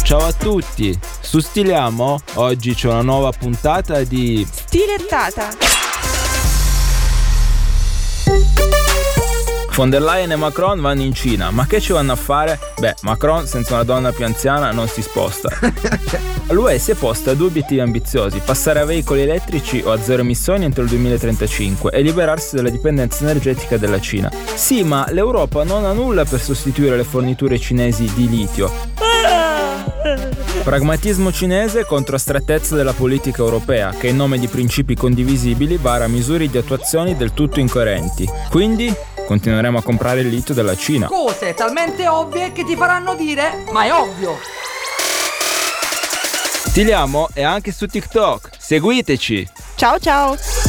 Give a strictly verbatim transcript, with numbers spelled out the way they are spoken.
Ciao a tutti, su Stiliamo oggi c'è una nuova puntata di Stilettata. Von der Leyen e Macron vanno in Cina, ma che ci vanno a fare? Beh, Macron senza una donna più anziana non si sposta. L'U E si è posta due obiettivi ambiziosi: passare a veicoli elettrici o a zero emissioni entro il duemilatrentacinque e liberarsi dalla dipendenza energetica della Cina. Sì, ma l'Europa non ha nulla per sostituire le forniture cinesi di litio. Pragmatismo cinese contro astrattezza della politica europea, che in nome di principi condivisibili vara misure di attuazione del tutto incoerenti. Quindi continueremo a comprare il litio dalla Cina. Cose talmente ovvie che ti faranno dire ma è ovvio. Stiliamo è anche su TikTok. Seguiteci. Ciao ciao.